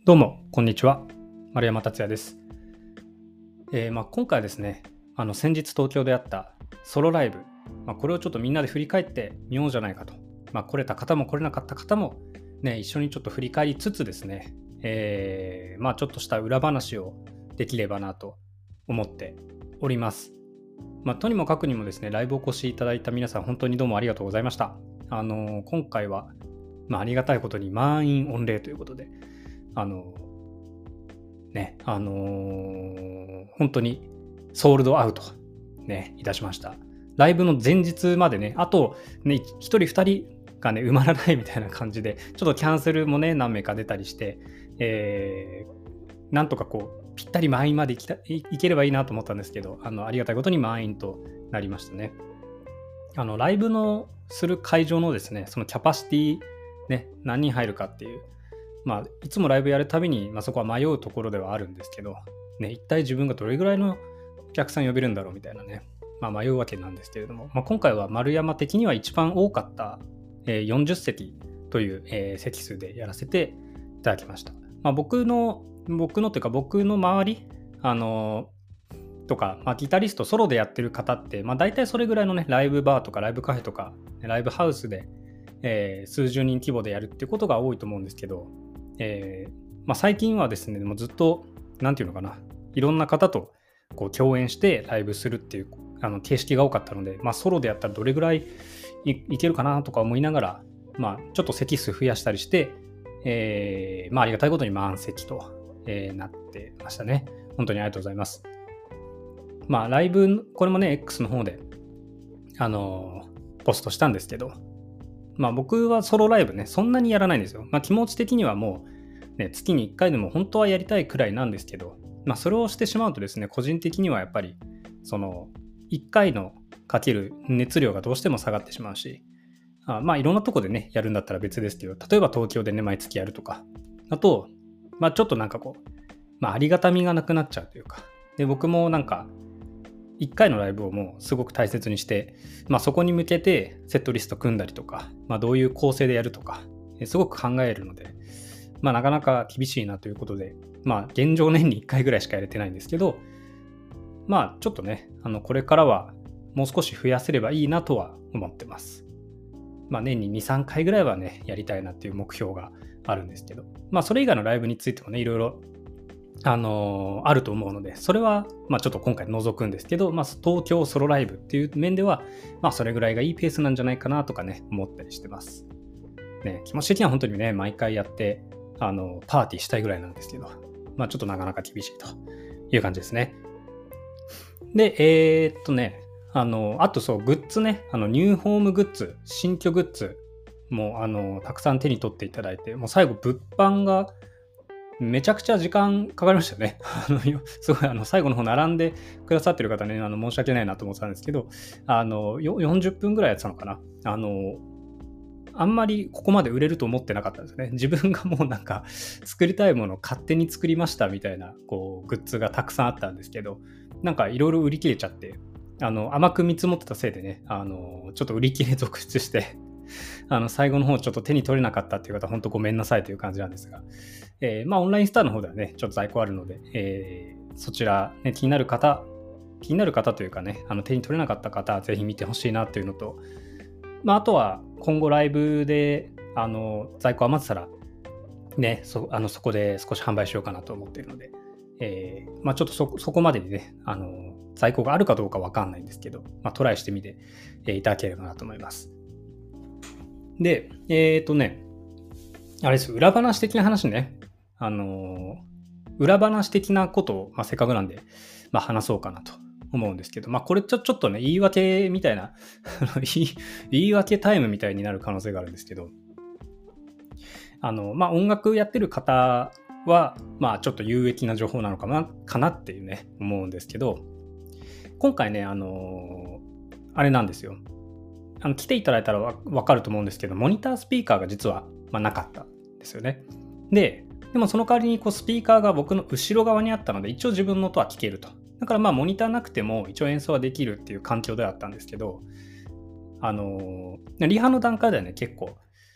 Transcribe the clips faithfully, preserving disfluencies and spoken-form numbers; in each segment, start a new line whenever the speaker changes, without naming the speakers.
どうもこんにちは、丸山達也です。えーまあ、今回はですね、あの先日東京であったソロライブ、まあ、これをちょっとみんなで振り返ってみようじゃないかと、まあ、来れた方も来れなかった方も、ね、一緒にちょっと振り返りつつですね、えーまあ、ちょっとした裏話をできればなと思っております。まあ、とにもかくにもですね、ライブお越しいただいた皆さん本当にどうもありがとうございました。あのー今回は、まあ、ありがたいことに満員御礼ということで、あのね、あのー本当にソールドアウト、ね、いたしました。ライブの前日までね、あと、ね、ひとりふたりがね、埋まらないみたいな感じで、ちょっとキャンセルもね、何名か出たりして、えー、なんとかこう、ぴったり満員まで行きたい、行ければいいなと思ったんですけど、あのありがたいことに満員となりましたね。あのライブのする会場のですね、そのキャパシティ、ね、何人入るかっていう、まあ、いつもライブやるたびに、まあ、そこは迷うところではあるんですけど、ね、一体自分がどれぐらいのお客さん呼べるんだろうみたいなね、まあ、迷うわけなんですけれども、まあ、今回は丸山的には一番多かった、えー、よんじゅっせきという、えー席数でやらせていただきました。まあ、僕の、僕のというか僕の周り、あのーとか、まあ、ギタリストソロでやってる方って、まあ、大体それぐらいのね、ライブバーとかライブカフェとか、ライブハウスで、えー数十人規模でやるっていうことが多いと思うんですけど、えーまあ、最近はですね、もうずっと、なんていうのかな、いろんな方とこう共演してライブするっていうあの形式が多かったので、まあ、ソロでやったらどれぐらい い, いけるかなとか思いながら、まあ、ちょっと席数増やしたりして、えーまあ、ありがたいことに満席と、えーなってましたね。本当にありがとうございます。まあ、ライブ、これもね、X の方で、あのーポストしたんですけど、まあ僕はソロライブね、そんなにやらないんですよ。まあ気持ち的にはもう、ね、月にいっかいでも本当はやりたいくらいなんですけど、まあそれをしてしまうとですね、個人的にはやっぱり、その、いっかいのかける熱量がどうしても下がってしまうし、あまあいろんなとこでね、やるんだったら別ですけど、例えば東京でね、毎月やるとか、あと、まあちょっとなんかこう、まあありがたみがなくなっちゃうというか、で、僕もなんか、いっかいのライブをもうすごく大切にして、まあ、そこに向けてセットリスト組んだりとか、まあ、どういう構成でやるとか、すごく考えるので、まあ、なかなか厳しいなということで、まあ、現状年にいっかいぐらいしかやれてないんですけど、まあ、ちょっとね、あのこれからはもう少し増やせればいいなとは思ってます。まあ、年にに、さんかいぐらいはね、やりたいなっていう目標があるんですけど、まあ、それ以外のライブについてもね、いろいろあのーあると思うので、それは、まあ、ちょっと今回除くんですけど、まあ、東京ソロライブっていう面では、まあ、それぐらいがいいペースなんじゃないかなとかね、思ったりしてます。ね、気持ち的には本当にね、毎回やって、あの、パーティーしたいぐらいなんですけど、まあ、ちょっとなかなか厳しいという感じですね。で、えーっとね、あの、あとそう、グッズね、あの、ニューホームグッズ、新居グッズも、あの、たくさん手に取っていただいて、もう最後、物販が、めちゃくちゃ時間かかりましたよね。あのよすごいあの最後の方並んでくださってる方ね、あの申し訳ないなと思ってたんですけど、あのよよんじゅっぷんぐらいやってたのかな。あのあんまりここまで売れると思ってなかったんですね。自分がもうなんか作りたいものを勝手に作りましたみたいなこうグッズがたくさんあったんですけど、なんかいろいろ売り切れちゃって、あの甘く見積もってたせいでね、あのちょっと売り切れ続出して、あの最後の方ちょっと手に取れなかったっていう方、本当ごめんなさいという感じなんですが、えーまあ、オンラインストアの方ではね、ちょっと在庫あるので、えーそちら、ね、気になる方、気になる方というかね、あの手に取れなかった方はぜひ見てほしいなっていうのと、まあ、あとは今後ライブであの在庫余ってたら、ね、そあのそこで少し販売しようかなと思っているので、えーまあ、ちょっと そ, そこまでにね、あの在庫があるかどうかわかんないんですけど、まあ、トライしてみて、えーいただければなと思います。で、えっ、とね、あれです、裏話的な話ね。あのー裏話的なことを、まあ、せっかくなんで、まあ、話そうかなと思うんですけど、まあ、これちょちょっとね、言い訳みたいな言い、言い訳タイムみたいになる可能性があるんですけど、あの、まあ、音楽やってる方は、まあ、ちょっと有益な情報なのかな、かなっていうね、思うんですけど、今回ね、あのーあれなんですよ。あの来ていただいたらわ分かると思うんですけど、モニタースピーカーが実は、まあ、なかったんですよね。で、でもその代わりにこうスピーカーが僕の後ろ側にあったので、一応自分の音は聞けると。だからまあモニターなくても一応演奏はできるっていう環境ではあったんですけど、あのーリハの段階ではね、結構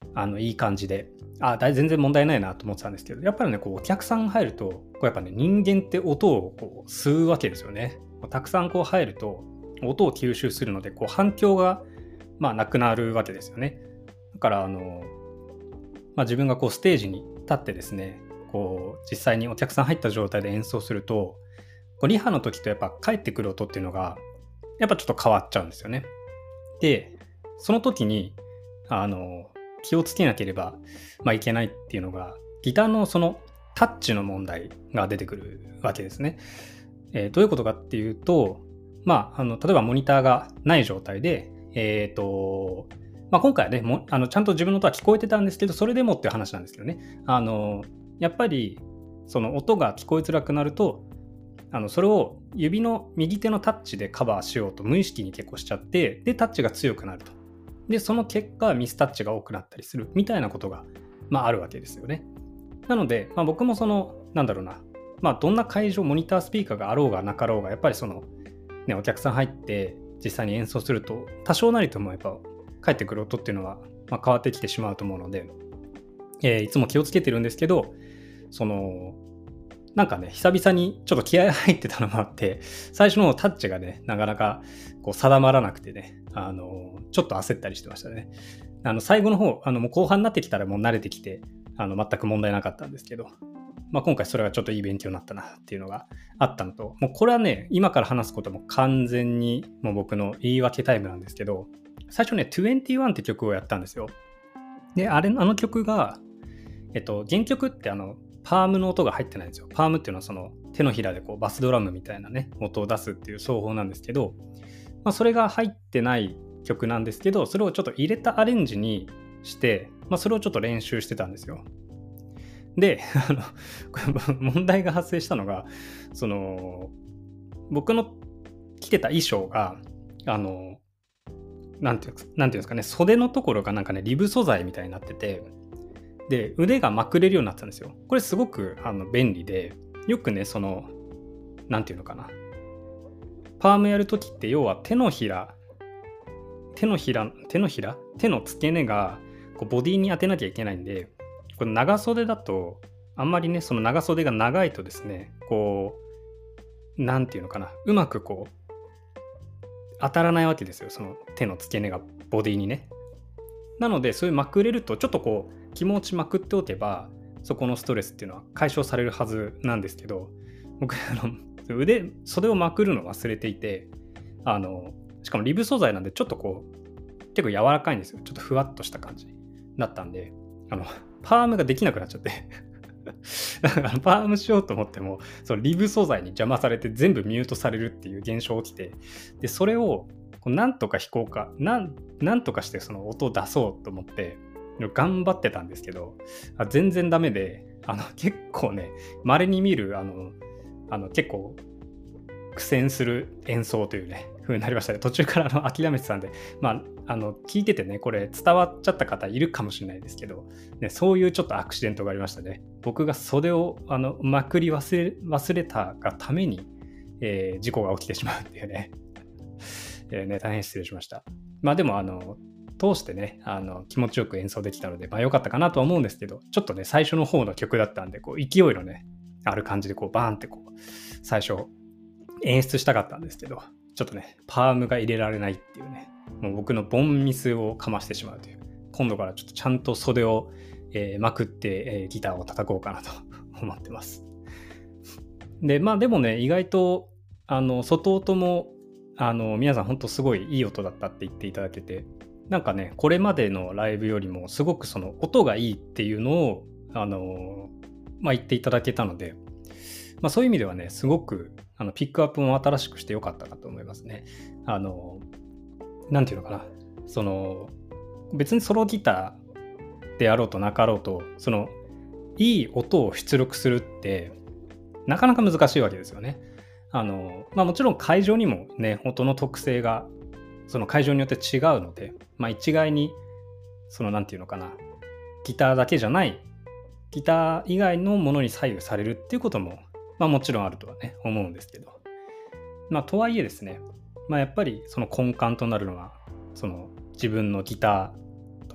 あのいい感じで、あだ全然問題ないなと思ってたんですけど、やっぱりねこうお客さん入るとこうやっぱね人間って音をこう吸うわけですよね。たくさんこう入ると音を吸収するのでこう反響がまあなくなるわけですよね。だからあの、まあ、自分がこうステージに立ってですね、こう実際にお客さん入った状態で演奏すると、こうリハの時とやっぱ返ってくる音っていうのがやっぱちょっと変わっちゃうんですよね。で、その時にあの気をつけなければ、まあ、いけないっていうのがギターのそのタッチの問題が出てくるわけですね。えーどういうことかっていうと、まあ、あの例えばモニターがない状態で、えーとまあ、今回はねもあのちゃんと自分の音は聞こえてたんですけど、それでもっていう話なんですけどね、あのやっぱりその音が聞こえづらくなると、あのそれを指の右手のタッチでカバーしようと無意識に結構しちゃって、でタッチが強くなると。でその結果ミスタッチが多くなったりするみたいなことが、まあ、あるわけですよね。なので、まあ、僕もそのなんだろうな、まあ、どんな会場モニタースピーカーがあろうがなかろうが、やっぱりその、ね、お客さん入って実際に演奏すると多少なりともやっぱ返ってくる音っていうのは、まあ、変わってきてしまうと思うので、えーいつも気をつけてるんですけど、そのなんかね久々にちょっと気合入ってたのもあって、最初のタッチがねなかなかこう定まらなくてね、あのちょっと焦ったりしてましたね。あの最後の方、あのもう後半になってきたらもう慣れてきて、あの全く問題なかったんですけど、まあ、今回それがちょっといい勉強になったなっていうのがあったのと、もうこれはね今から話すことも完全にもう僕の言い訳タイムなんですけど、最初ねにじゅういちって曲をやったんですよ。であれあの曲が、えっと、原曲ってあのパームの音が入ってないんですよ。パームっていうのはその手のひらでこうバスドラムみたいなね音を出すっていう奏法なんですけど、まあ、それが入ってない曲なんですけど、それをちょっと入れたアレンジにして、まあ、それをちょっと練習してたんですよ。で、あのこれ問題が発生したのが、その僕の着てた衣装があのなんていうんですかなんていうんですかね、袖のところがなんかねリブ素材みたいになってて、で腕がまくれるようになってたんですよ。これすごくあの便利で、よくねそのなんていうのかな、パームやるときって要は手のひら手のひら手のひら手の付け根がこうボディに当てなきゃいけないんで、これ長袖だとあんまりねその長袖が長いとですね、こうなんていうのかな、うまくこう当たらないわけですよ、その手の付け根がボディにね。なのでそういうまくれるとちょっとこう気持ちまくっておけば、そこのストレスっていうのは解消されるはずなんですけど、僕あの腕袖をまくるの忘れていて、あのしかもリブ素材なんでちょっとこう結構柔らかいんですよ。ちょっとふわっとした感じだったんで、あのパームができなくなっちゃってだからパームしようと思ってもそのリブ素材に邪魔されて全部ミュートされるっていう現象が起きて、でそれをこうなんとか弾こうかなんなんとかしてその音を出そうと思って頑張ってたんですけど、あ全然ダメで、あの結構ね稀に見るあのあの結構苦戦する演奏というね風になりましたね。途中からあの諦めてたんで、まああの聞いててねこれ伝わっちゃった方いるかもしれないですけど、ね、そういうちょっとアクシデントがありましたね。僕が袖をあのまくり忘れ忘れたがために、えー事故が起きてしまうっていうねえーね大変失礼しました。まあでもあの通してねあの気持ちよく演奏できたので、まあ、良かったかなとは思うんですけど、ちょっとね最初の方の曲だったんでこう勢いのねある感じでこうバーンってこう最初演出したかったんですけど、ちょっとねパームが入れられないっていうね、もう僕のボンミスをかましてしまうという、今度からちょっとちゃんと袖を、えーまくって、えーギターを叩こうかなと思ってます。でまあでもね意外とあの外音もあの皆さん本当すごいいい音だったって言っていただけて、なんかねこれまでのライブよりもすごくその音がいいっていうのをあのまあ言っていただけたので、まあ、そういう意味ではねすごくあのピックアップも新しくしてよかったかと思いますね。あのなんていうのかな、その別にソロギターであろうとなかろうと、そのいい音を出力するってなかなか難しいわけですよね。あのまあ、もちろん会場にもね音の特性がその会場によって違うので、まあ、一概にそのなんていうのかな、ギターだけじゃないギター以外のものに左右されるっていうことも、まあ、もちろんあるとはね思うんですけど、まあとはいえですね、まあ、やっぱりその根幹となるのはその自分のギターと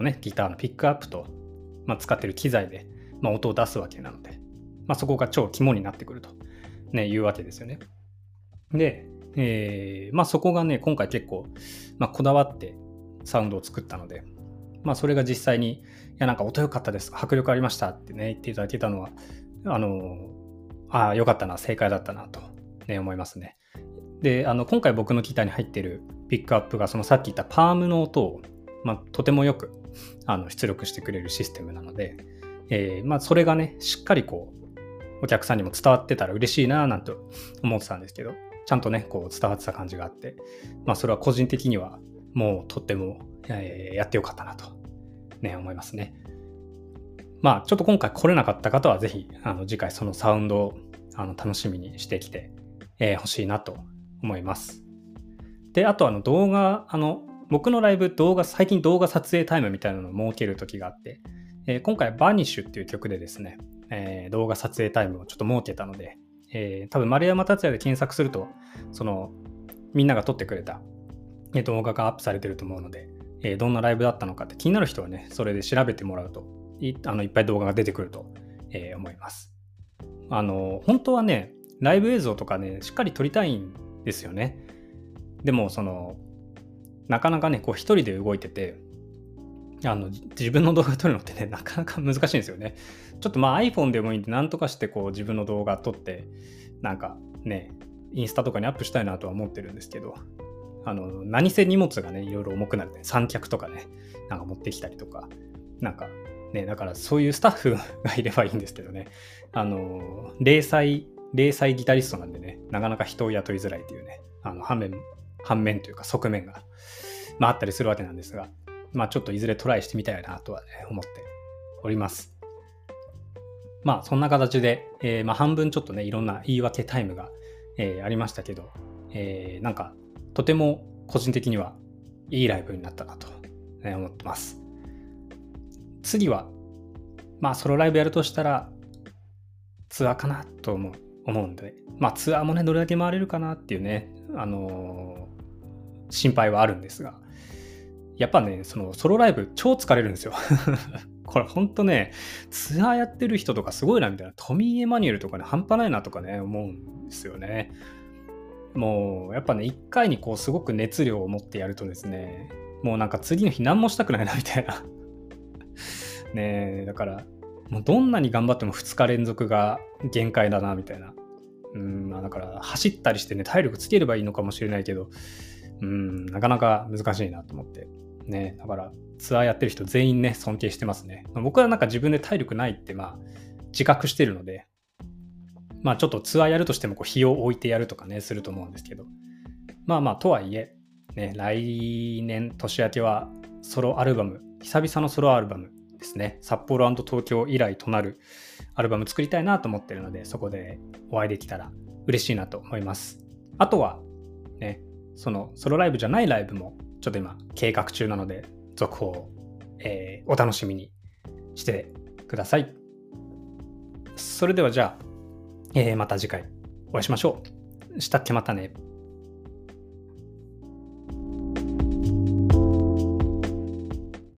とね、ギターのピックアップと、まあ、使ってる機材で、まあ、音を出すわけなので、まあ、そこが超肝になってくると、ね、いうわけですよね。で、えーまあ、そこがね、今回結構、まあ、こだわってサウンドを作ったので、まあ、それが実際に、いや、なんか音良かったです、迫力ありましたってね、言っていただけたのは、あの、ああ、良かったな、正解だったなと、ね、思いますね。で、あの、今回僕のギターに入っているピックアップが、そのさっき言ったパームの音を、まあ、とてもよくあの出力してくれるシステムなので、えーまあ、それがね、しっかりこう、お客さんにも伝わってたら嬉しいななんて思ってたんですけど、ちゃんとね、こう伝わってた感じがあって、まあ、それは個人的にはもうとっても、えーやってよかったなと、ね、思いますね。まあ、ちょっと今回来れなかった方はぜひ、あの次回そのサウンドをあの楽しみにしてきてほ、えー、しいなと思います。で、あとあの動画、あの、僕のライブ動画、最近動画撮影タイムみたいなのを設ける時があって、えー今回バニッシュっていう曲でですね、えー動画撮影タイムをちょっと設けたので、えー多分丸山達也で検索すると、その、みんなが撮ってくれたえー動画がアップされてると思うので、えーどんなライブだったのかって気になる人はね、それで調べてもらうと、いあのいっぱい動画が出てくると、えー思います。あの、本当はね、ライブ映像とかね、しっかり撮りたいんですよね。でも、その、なかなかね、こう一人で動いてて、あの、じ自分の動画撮るのってね、なかなか難しいんですよね。ちょっとまあ iPhone でもいいんで、なんとかしてこう自分の動画撮って、なんかね、インスタとかにアップしたいなとは思ってるんですけど、あの、何せ荷物がね、いろいろ重くなるね、三脚とかね、なんか持ってきたりとか、なんかね、だからそういうスタッフがいればいいんですけどね、あの、零細、零細ギタリストなんでね、なかなか人を雇いづらいというね、あの、反面、反面というか側面が、まああったりするわけなんですが、まあちょっといずれトライしてみたいなとはね、思っております。まあそんな形で、えーまあ半分ちょっとね、いろんな言い訳タイムが、えーありましたけど、えーなんかとても個人的にはいいライブになったなと、ね、思ってます。次は、まあソロライブやるとしたらツアーかなと思う思うんで、まあツアーもね、どれだけ回れるかなっていうね、あのー心配はあるんですが、やっぱね、そのソロライブ超疲れるんですよ。これほんとね、ツアーやってる人とかすごいなみたいな、トミー・エマニュエルとかね、半端ないなとかね、思うんですよね。もう、やっぱね、一回にこう、すごく熱量を持ってやるとですね、もうなんか次の日何もしたくないなみたいな。ねえ、だから、もうどんなに頑張ってもふつか連続が限界だなみたいな。うん、まあだから走ったりしてね、体力つければいいのかもしれないけど、うん、なかなか難しいなと思って。ね、だからツアーやってる人全員ね、尊敬してますね。まあ僕はなんか自分で体力ないってまあ自覚してるので、まあちょっとツアーやるとしてもこう日を置いてやるとかね、すると思うんですけど、まあまあとはいえ、ね、来年年明けはソロアルバム、久々のソロアルバムですね、札幌&東京以来となるアルバム作りたいなと思ってるので、そこでお会いできたら嬉しいなと思います。あとは、ね、そのソロライブじゃないライブもちょっと今計画中なので、続報を、えーお楽しみにしてください。それではじゃあ、えーまた次回お会いしましょう。したっけまたね。